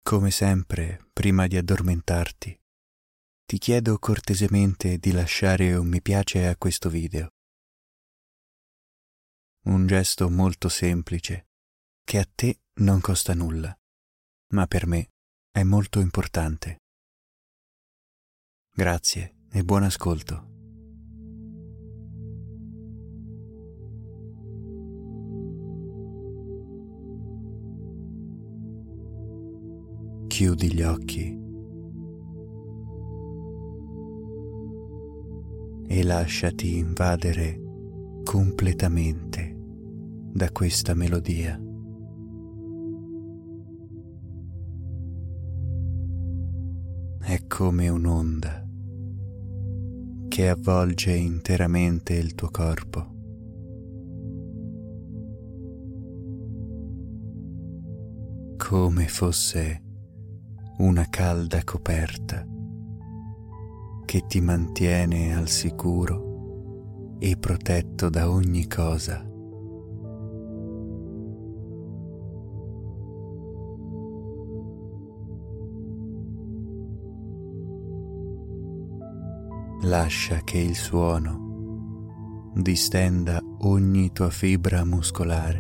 Come sempre, prima di addormentarti, ti chiedo cortesemente di lasciare un mi piace a questo video. Un gesto molto semplice che a te non costa nulla, ma per me è molto importante. Grazie e buon ascolto. Chiudi gli occhi e lasciati invadere completamente da questa melodia. È come un'onda che avvolge interamente il tuo corpo. Come fosse una calda coperta che ti mantiene al sicuro e protetto da ogni cosa. Lascia che il suono distenda ogni tua fibra muscolare.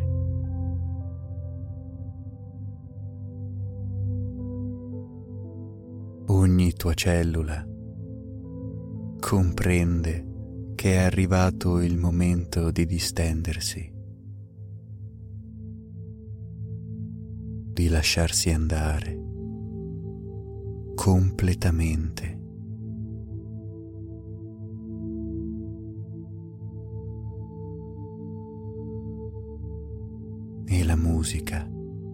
Ogni tua cellula comprende che è arrivato il momento di distendersi, di lasciarsi andare completamente. E la musica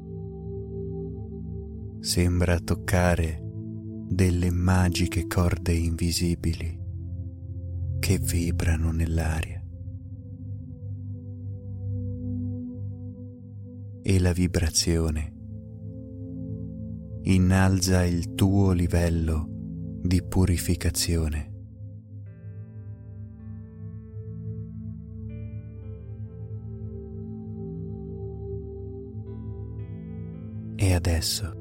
sembra toccare delle magiche corde invisibili che vibrano nell'aria. E la vibrazione innalza il tuo livello di purificazione. E adesso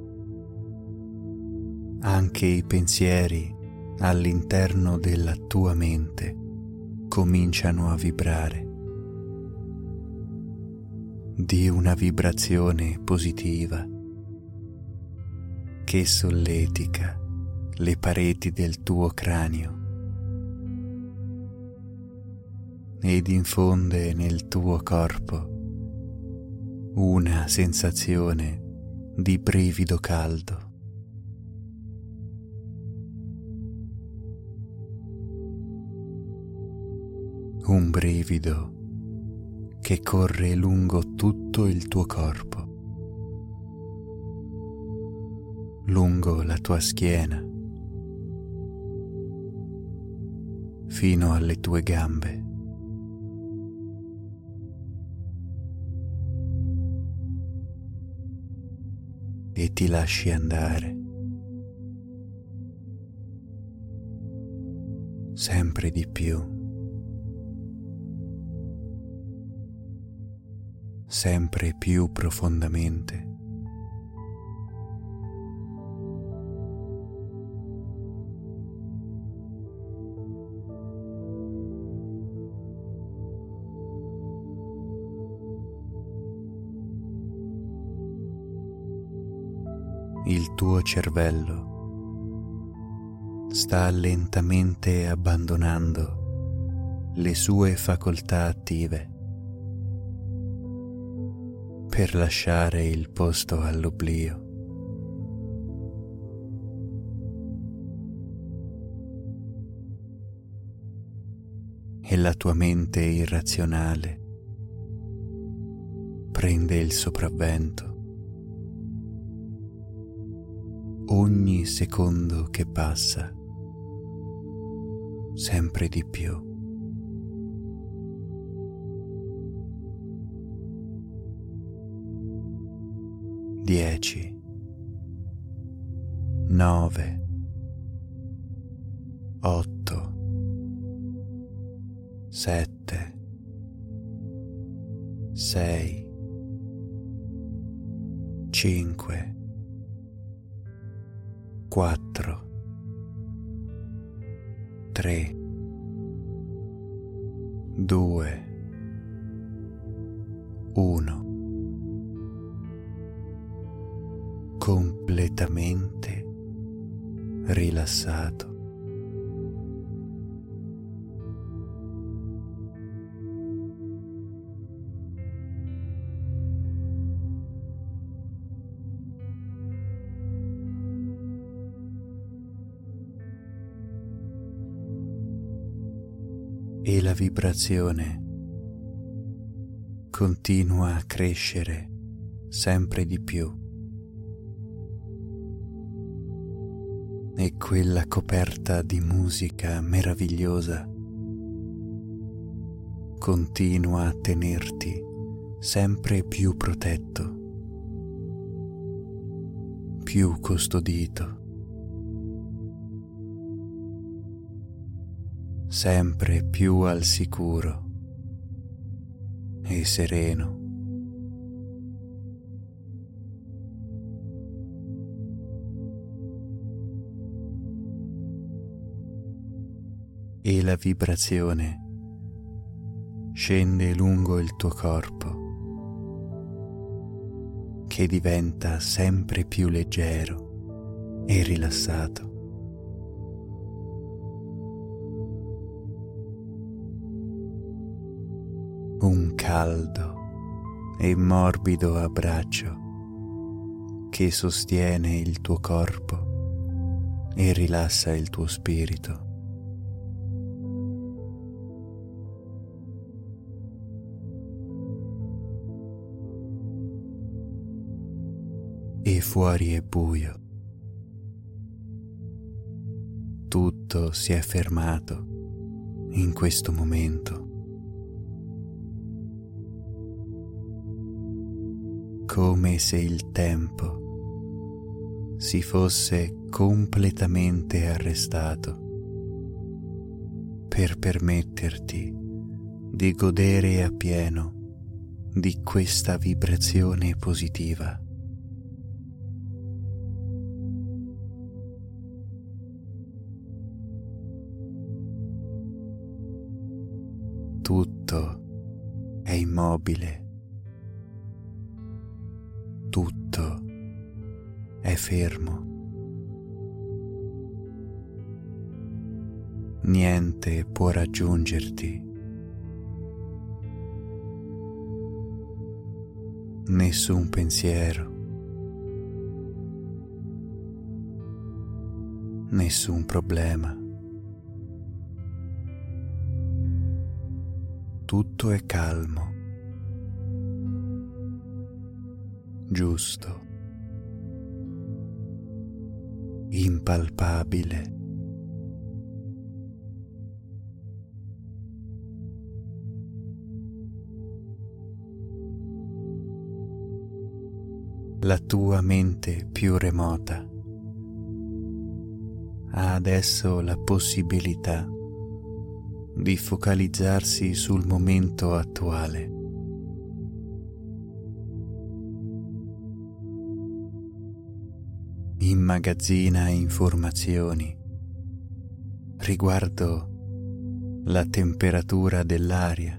anche i pensieri all'interno della tua mente cominciano a vibrare di una vibrazione positiva che solletica le pareti del tuo cranio ed infonde nel tuo corpo una sensazione di brivido caldo. Un brivido che corre lungo tutto il tuo corpo, lungo la tua schiena, fino alle tue gambe. E ti lasci andare sempre di più. Sempre più profondamente. Il tuo cervello sta lentamente abbandonando le sue facoltà attive per lasciare il posto all'oblio. E la tua mente irrazionale prende il sopravvento. Ogni secondo che passa, sempre di più. Dieci, 9, 8, 7, 6, 5, 4, 3, 2, 1, completamente rilassato. E la vibrazione continua a crescere sempre di più. E quella coperta di musica meravigliosa continua a tenerti sempre più protetto, più custodito, sempre più al sicuro e sereno. E la vibrazione scende lungo il tuo corpo, che diventa sempre più leggero e rilassato. Un caldo e morbido abbraccio che sostiene il tuo corpo e rilassa il tuo spirito. E fuori è buio. Tutto si è fermato in questo momento. Come se il tempo si fosse completamente arrestato per permetterti di godere appieno di questa vibrazione positiva. Tutto è immobile. Tutto è fermo. Niente può raggiungerti. Nessun pensiero. Nessun problema. Tutto è calmo. Giusto, impalpabile, la tua mente più remota ha adesso la possibilità di focalizzarsi sul momento attuale. Immagazzina informazioni riguardo la temperatura dell'aria,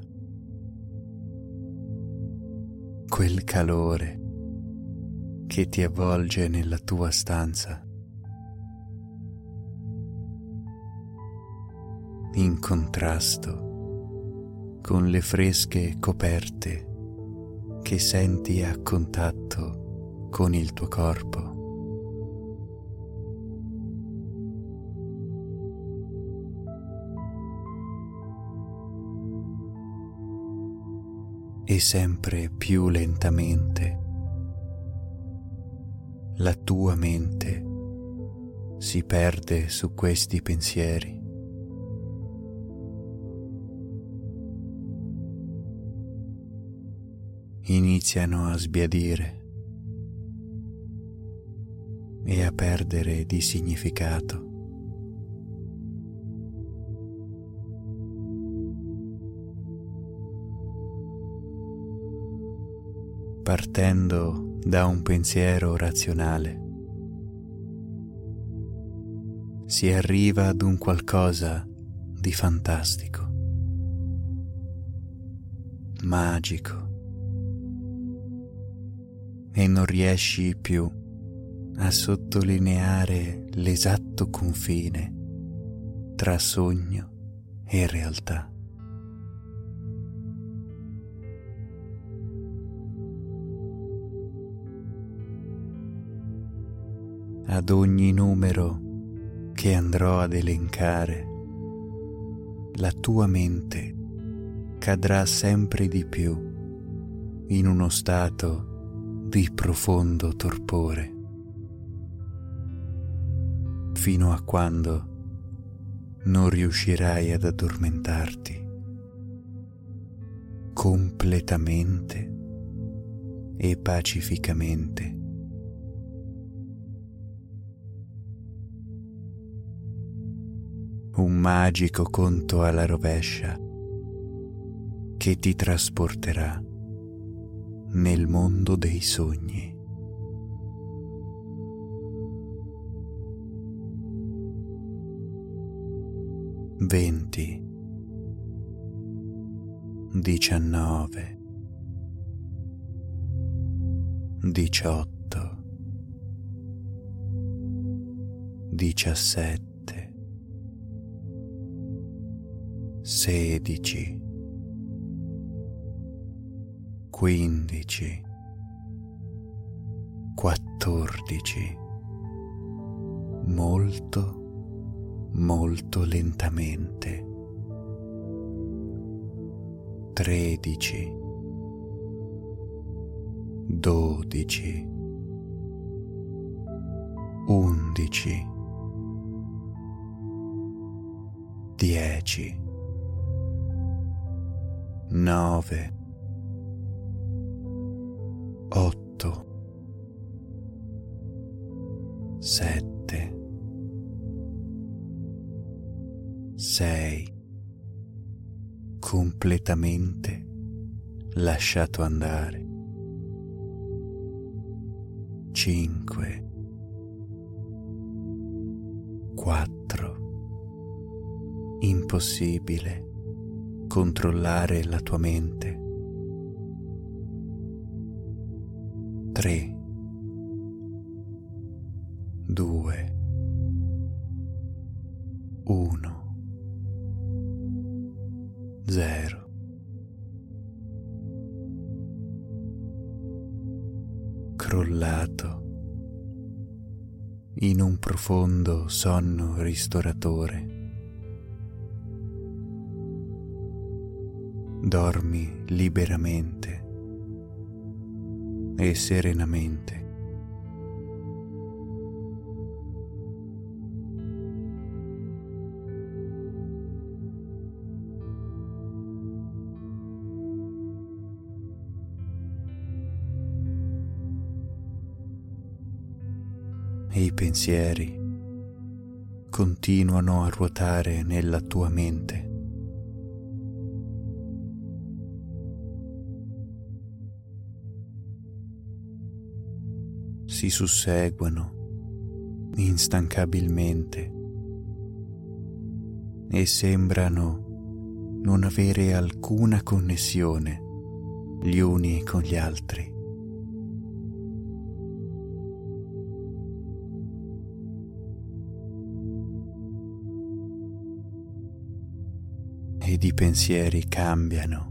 quel calore che ti avvolge nella tua stanza, in contrasto con le fresche coperte che senti a contatto con il tuo corpo. E sempre più lentamente la tua mente si perde su questi pensieri. Iniziano a sbiadire e a perdere di significato. Partendo da un pensiero razionale, si arriva ad un qualcosa di fantastico, magico, e non riesci più a sottolineare l'esatto confine tra sogno e realtà. Ad ogni numero che andrò ad elencare, la tua mente cadrà sempre di più in uno stato di profondo torpore, fino a quando non riuscirai ad addormentarti completamente e pacificamente. Un magico conto alla rovescia che ti trasporterà nel mondo dei sogni. 20, 19, 18, 17, 16, 15, 14, molto lentamente, 13, 12, 11, 10, 9, 8, 7, 6, completamente lasciato andare. 5, 4, impossibile controllare la tua mente. 3, 2, 1, 0. Crollato in un profondo sonno ristoratore, dormi liberamente e serenamente. E i pensieri continuano a ruotare nella tua mente. Si susseguono instancabilmente e sembrano non avere alcuna connessione gli uni con gli altri. Ed i pensieri cambiano,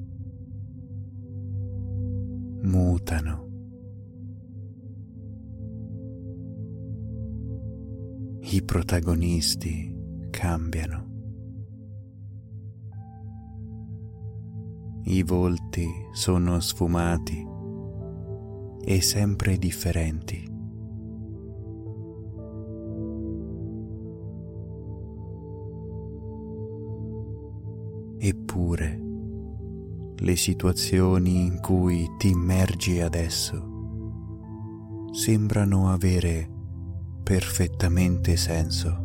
mutano. I protagonisti cambiano. I volti sono sfumati e sempre differenti. Eppure, le situazioni in cui ti immergi adesso sembrano avere perfettamente senso.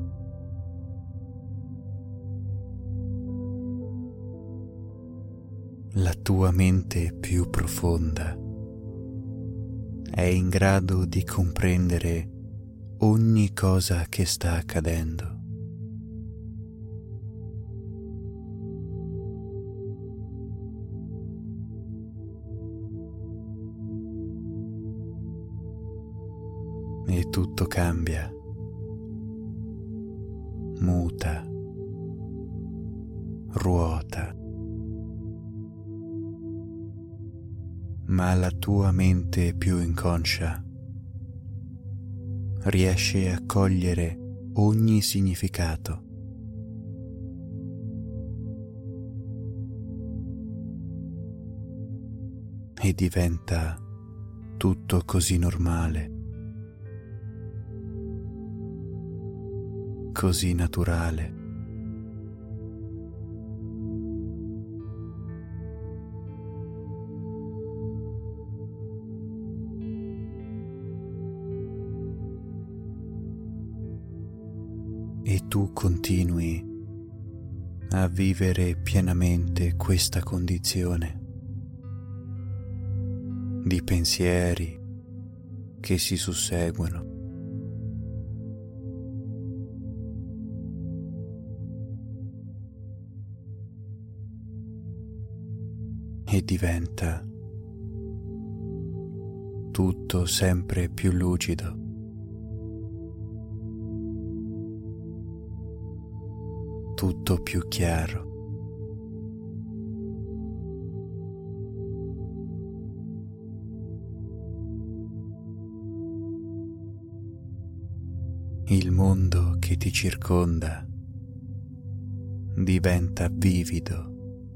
La tua mente più profonda è in grado di comprendere ogni cosa che sta accadendo. E tutto cambia, muta, ruota, ma la tua mente più inconscia riesce a cogliere ogni significato. E diventa tutto così normale, così naturale. E tu continui a vivere pienamente questa condizione di pensieri che si susseguono. E diventa tutto sempre più lucido. Tutto più chiaro. Il mondo che ti circonda diventa vivido.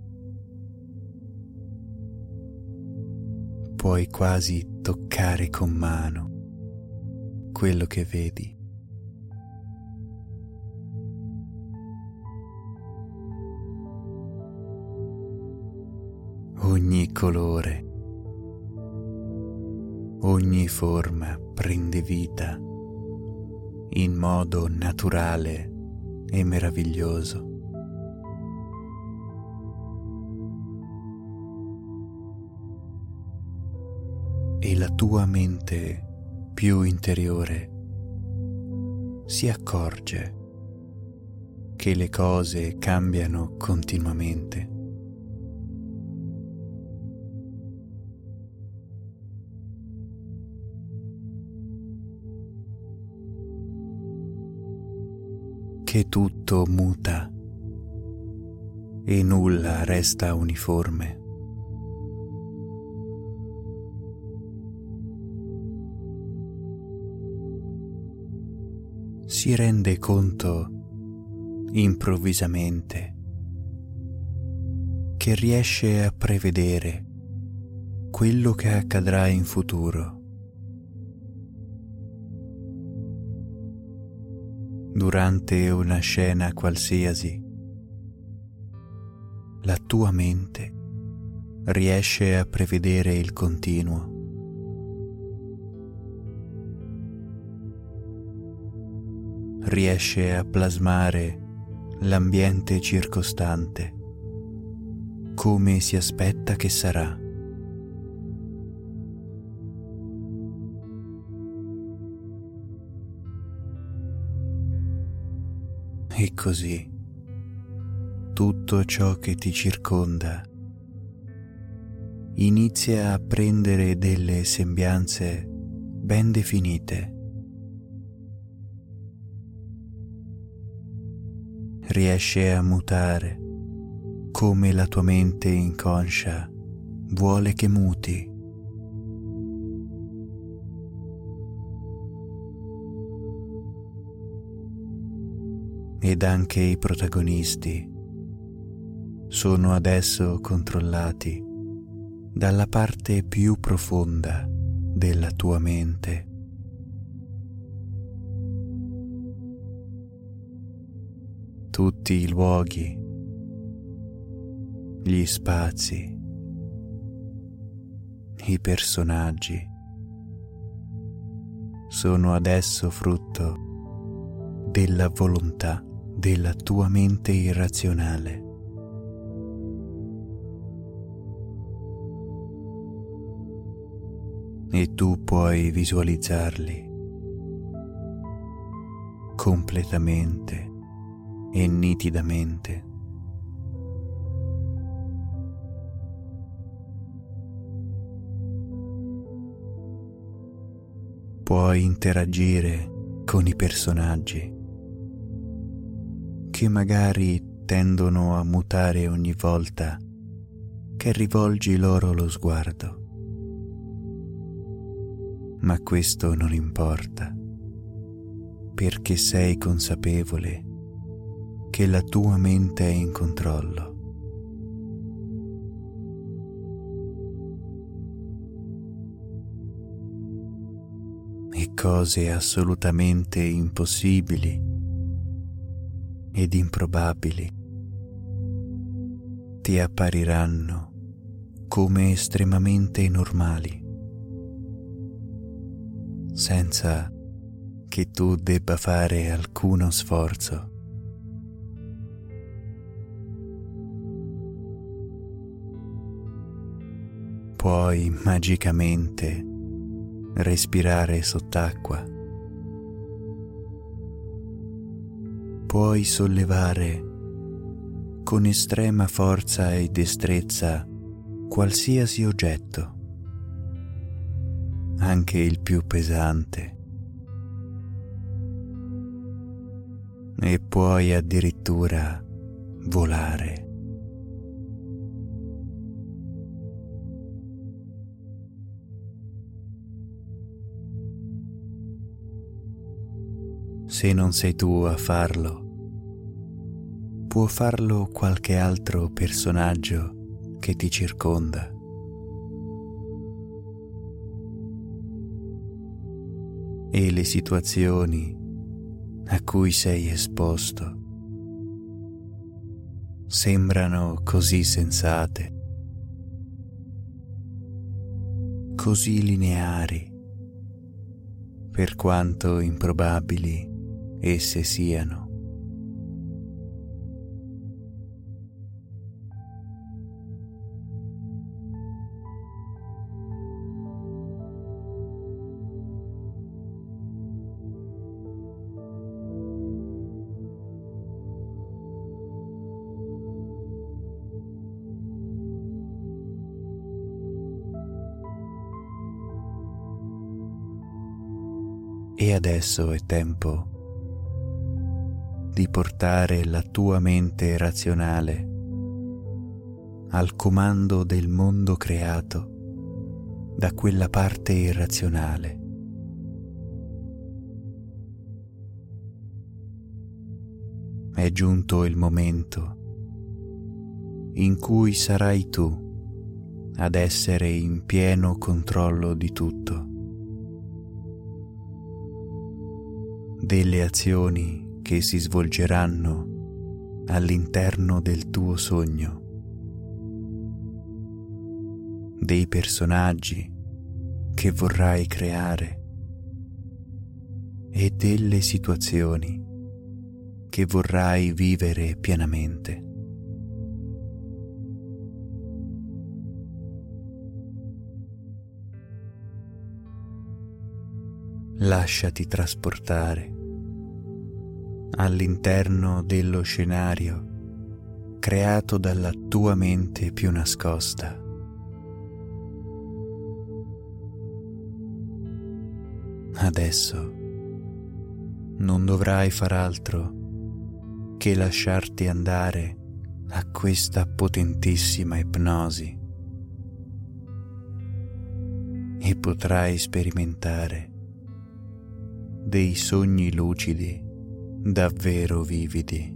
Puoi quasi toccare con mano quello che vedi. Ogni colore, ogni forma prende vita in modo naturale e meraviglioso. E la tua mente più interiore si accorge che le cose cambiano continuamente. Che tutto muta e nulla resta uniforme. Si rende conto improvvisamente che riesce a prevedere quello che accadrà in futuro. Durante una scena qualsiasi, la tua mente riesce a prevedere il continuo. Riesce a plasmare l'ambiente circostante come si aspetta che sarà. E così tutto ciò che ti circonda inizia a prendere delle sembianze ben definite. Riesce a mutare come la tua mente inconscia vuole che muti. Ed anche i protagonisti sono adesso controllati dalla parte più profonda della tua mente. Tutti i luoghi, gli spazi, i personaggi sono adesso frutto della volontà della tua mente irrazionale. E tu puoi visualizzarli completamente e nitidamente. Puoi interagire con i personaggi che magari tendono a mutare ogni volta che rivolgi loro lo sguardo. Ma questo non importa, perché sei consapevole che la tua mente è in controllo. E cose assolutamente impossibili ed improbabili ti appariranno come estremamente normali, senza che tu debba fare alcuno sforzo. Puoi magicamente respirare sott'acqua. Puoi sollevare con estrema forza e destrezza qualsiasi oggetto, anche il più pesante, e puoi addirittura volare. Se non sei tu a farlo, può farlo qualche altro personaggio che ti circonda. E le situazioni a cui sei esposto sembrano così sensate, così lineari, per quanto improbabili esse siano. E adesso è tempo di portare la tua mente razionale al comando del mondo creato da quella parte irrazionale. È giunto il momento in cui sarai tu ad essere in pieno controllo di tutto, delle azioni che si svolgeranno all'interno del tuo sogno, dei personaggi che vorrai creare e delle situazioni che vorrai vivere pienamente. Lasciati trasportare all'interno dello scenario creato dalla tua mente più nascosta. Adesso non dovrai far altro che lasciarti andare a questa potentissima ipnosi e potrai sperimentare dei sogni lucidi davvero vividi.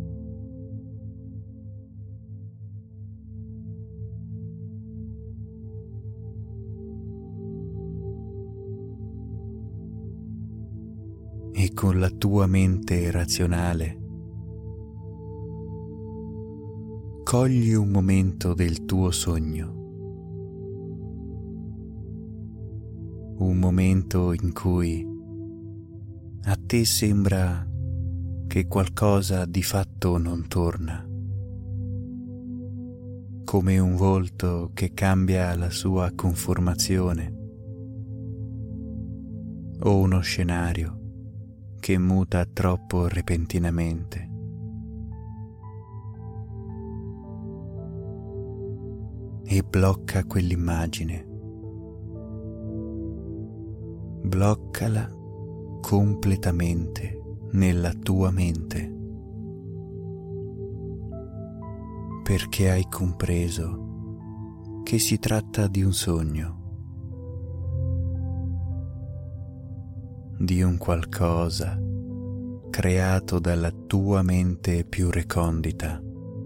E con la tua mente razionale cogli un momento del tuo sogno, un momento in cui a te sembra che qualcosa di fatto non torna, come un volto che cambia la sua conformazione o uno scenario che muta troppo repentinamente. E blocca quell'immagine. Bloccala completamente nella tua mente, perché hai compreso che si tratta di un sogno, di un qualcosa creato dalla tua mente più recondita.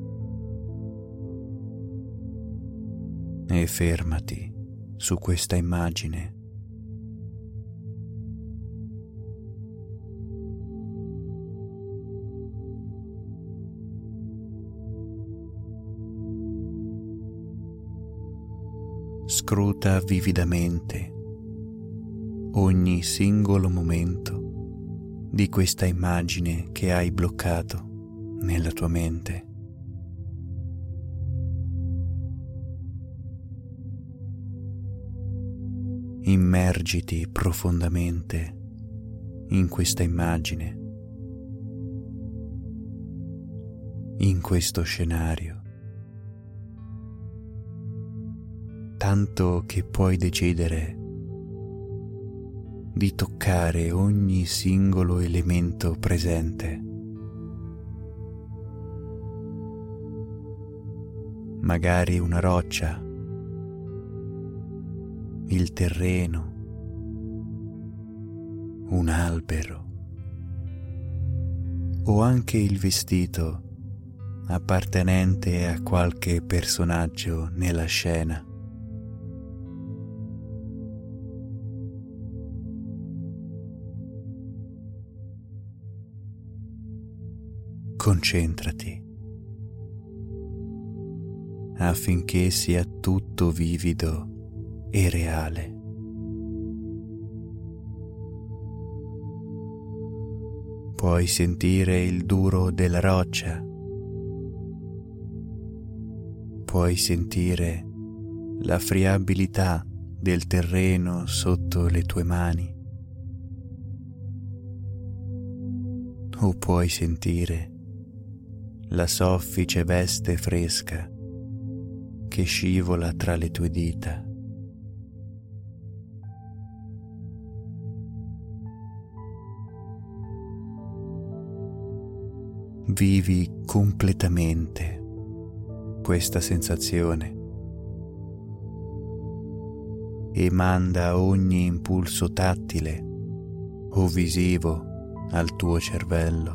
E fermati su questa immagine. Scruta vividamente ogni singolo momento di questa immagine che hai bloccato nella tua mente. Immergiti profondamente in questa immagine, in questo scenario, tanto che puoi decidere di toccare ogni singolo elemento presente. Magari una roccia, il terreno, un albero o anche il vestito appartenente a qualche personaggio nella scena. Concentrati affinché sia tutto vivido e reale. Puoi sentire il duro della roccia, puoi sentire la friabilità del terreno sotto le tue mani, o puoi sentire la soffice veste fresca che scivola tra le tue dita. Vivi completamente questa sensazione e manda ogni impulso tattile o visivo al tuo cervello.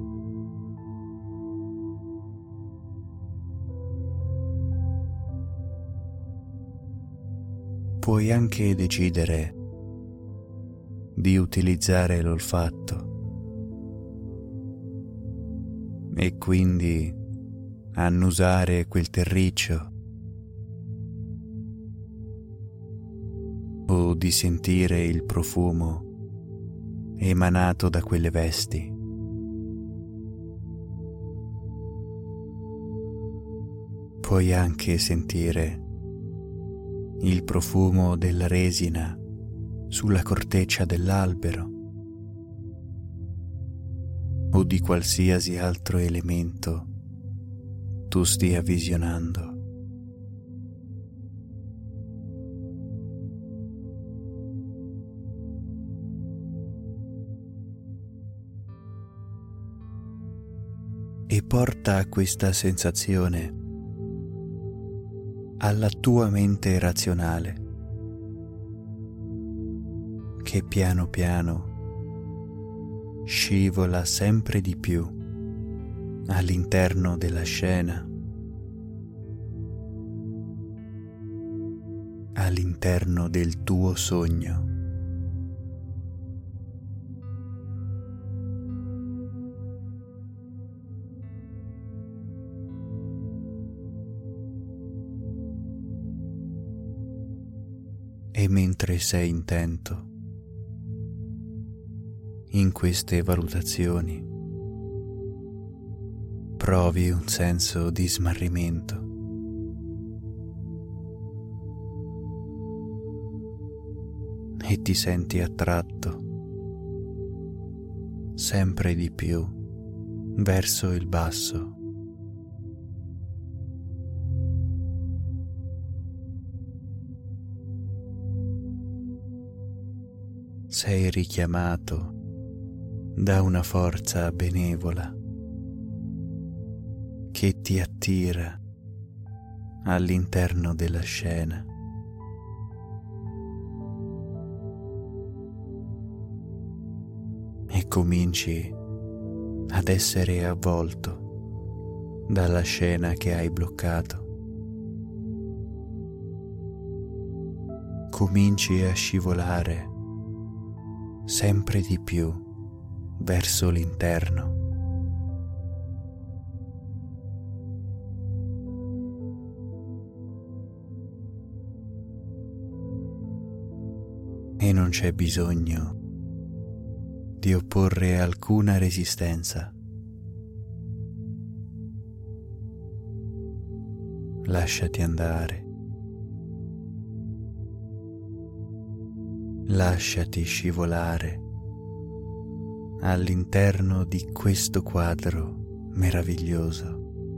Puoi anche decidere di utilizzare l'olfatto e quindi annusare quel terriccio o di sentire il profumo emanato da quelle vesti. Puoi anche sentire il profumo della resina sulla corteccia dell'albero o di qualsiasi altro elemento tu stia visionando. E porta questa sensazione alla tua mente razionale, che piano piano scivola sempre di più all'interno della scena, all'interno del tuo sogno. E mentre sei intento in queste valutazioni, provi un senso di smarrimento. E ti senti attratto sempre di più verso il basso. Sei richiamato da una forza benevola che ti attira all'interno della scena. E cominci ad essere avvolto dalla scena che hai bloccato. Cominci a scivolare sempre di più verso l'interno. E non c'è bisogno di opporre alcuna resistenza. Lasciati andare. Lasciati scivolare all'interno di questo quadro meraviglioso.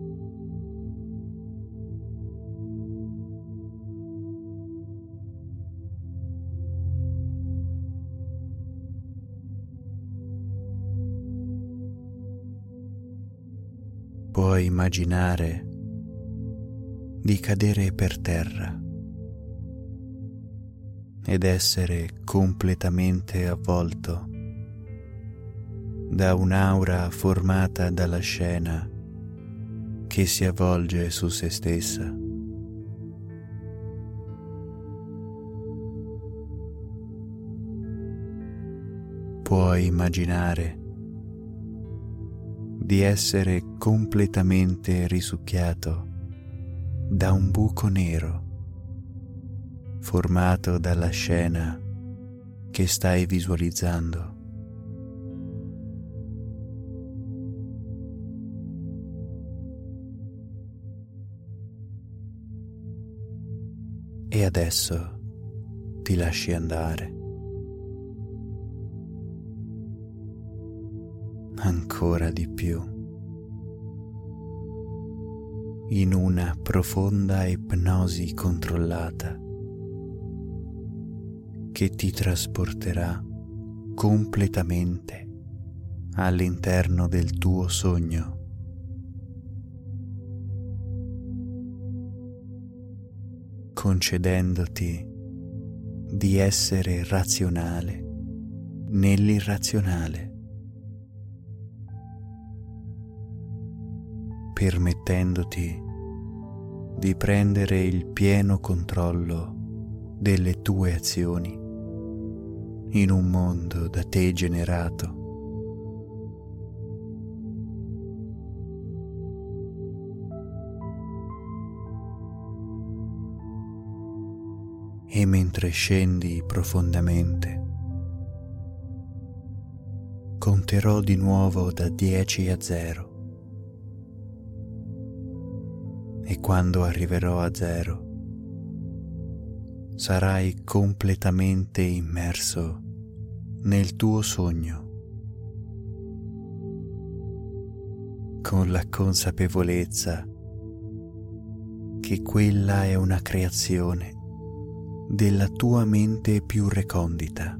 Puoi immaginare di cadere per terra ed essere completamente avvolto da un'aura formata dalla scena che si avvolge su se stessa. Puoi immaginare di essere completamente risucchiato da un buco nero formato dalla scena che stai visualizzando. E adesso ti lasci andare. Ancora di più, in una profonda ipnosi controllata che ti trasporterà completamente all'interno del tuo sogno. Concedendoti di essere razionale nell'irrazionale, permettendoti di prendere il pieno controllo delle tue azioni in un mondo da te generato. E mentre scendi profondamente, conterò di nuovo da 10 a 0. E quando arriverò a 0, sarai completamente immerso nel tuo sogno, con la consapevolezza che quella è una creazione della tua mente più recondita,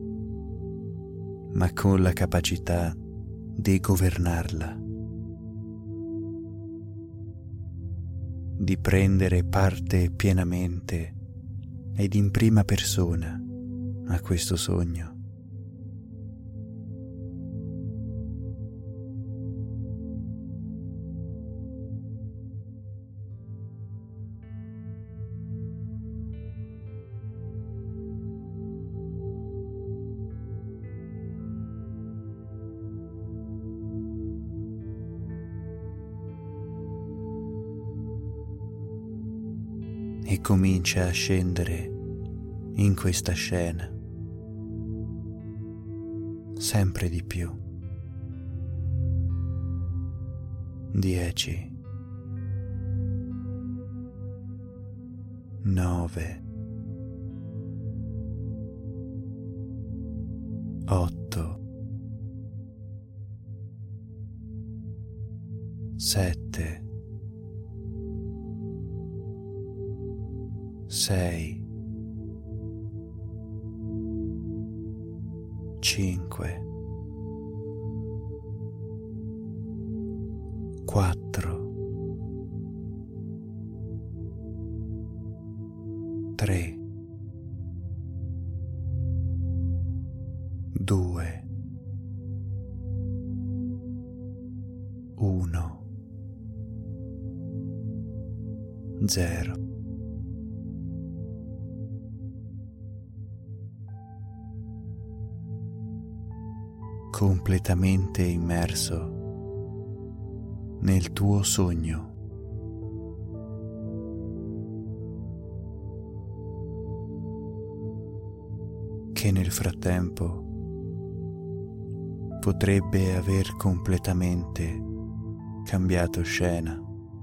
ma con la capacità di governarla, di prendere parte pienamente ed in prima persona a questo sogno. E comincia a scendere in questa scena sempre di più. 10, 9, 8, 7, 6, 5, 4, 3, 2, 1, 0. Completamente immerso nel tuo sogno. Che nel frattempo potrebbe aver completamente cambiato scena.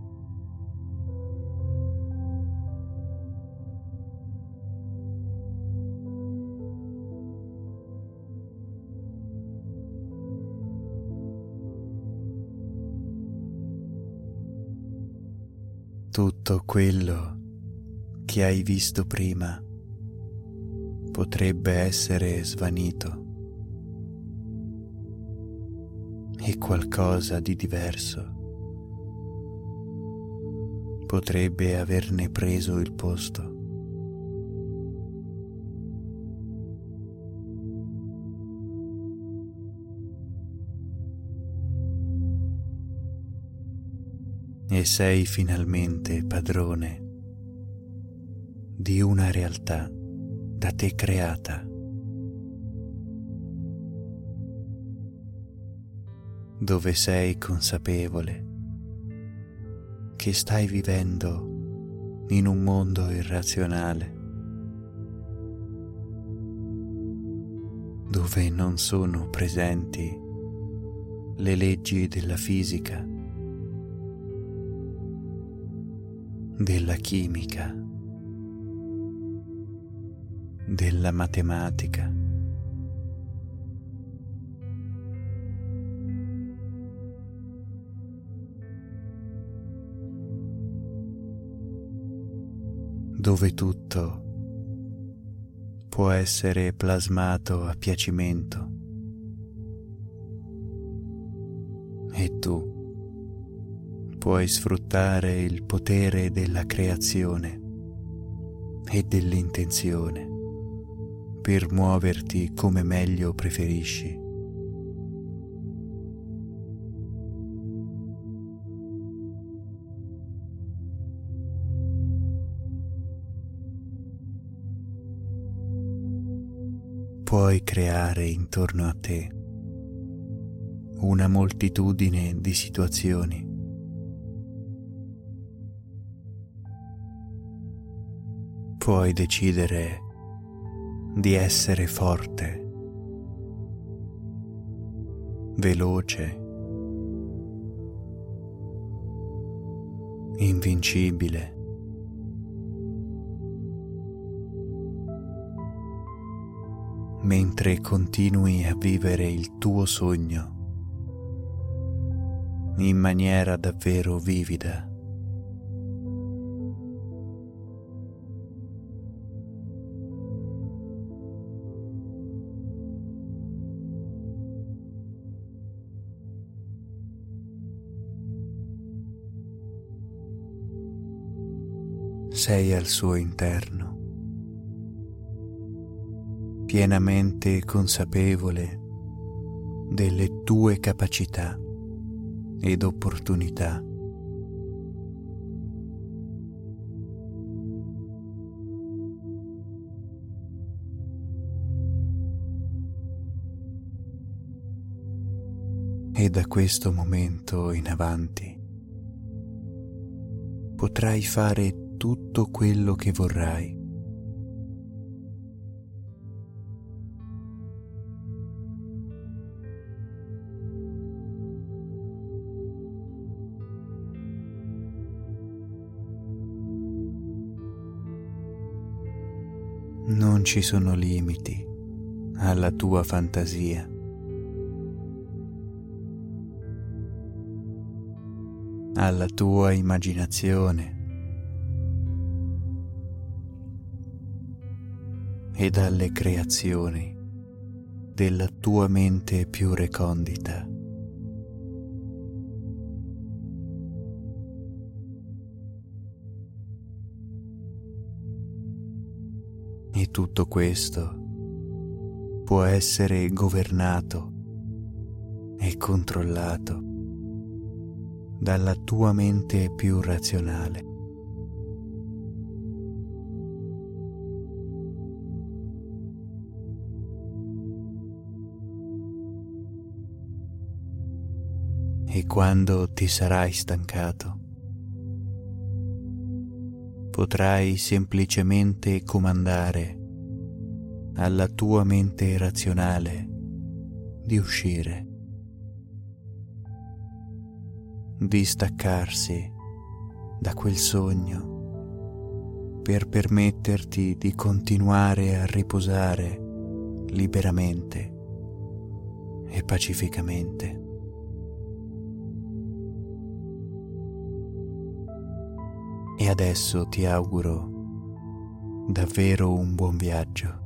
Tutto quello che hai visto prima potrebbe essere svanito e qualcosa di diverso potrebbe averne preso il posto. E sei finalmente padrone di una realtà da te creata, dove sei consapevole che stai vivendo in un mondo irrazionale, dove non sono presenti le leggi della fisica, della chimica, della matematica, dove tutto può essere plasmato a piacimento e tu puoi sfruttare il potere della creazione e dell'intenzione per muoverti come meglio preferisci. Puoi creare intorno a te una moltitudine di situazioni puoi decidere di essere forte, veloce, invincibile, mentre continui a vivere il tuo sogno in maniera davvero vivida. Sei al suo interno, pienamente consapevole delle tue capacità ed opportunità. E da questo momento in avanti potrai fare tutto quello che vorrai. Non ci sono limiti alla tua fantasia. alla tua immaginazione e dalle creazioni della tua mente più recondita. E tutto questo può essere governato e controllato dalla tua mente più razionale. E quando ti sarai stancato, potrai semplicemente comandare alla tua mente razionale di uscire, di staccarsi da quel sogno per permetterti di continuare a riposare liberamente e pacificamente. E adesso ti auguro davvero un buon viaggio.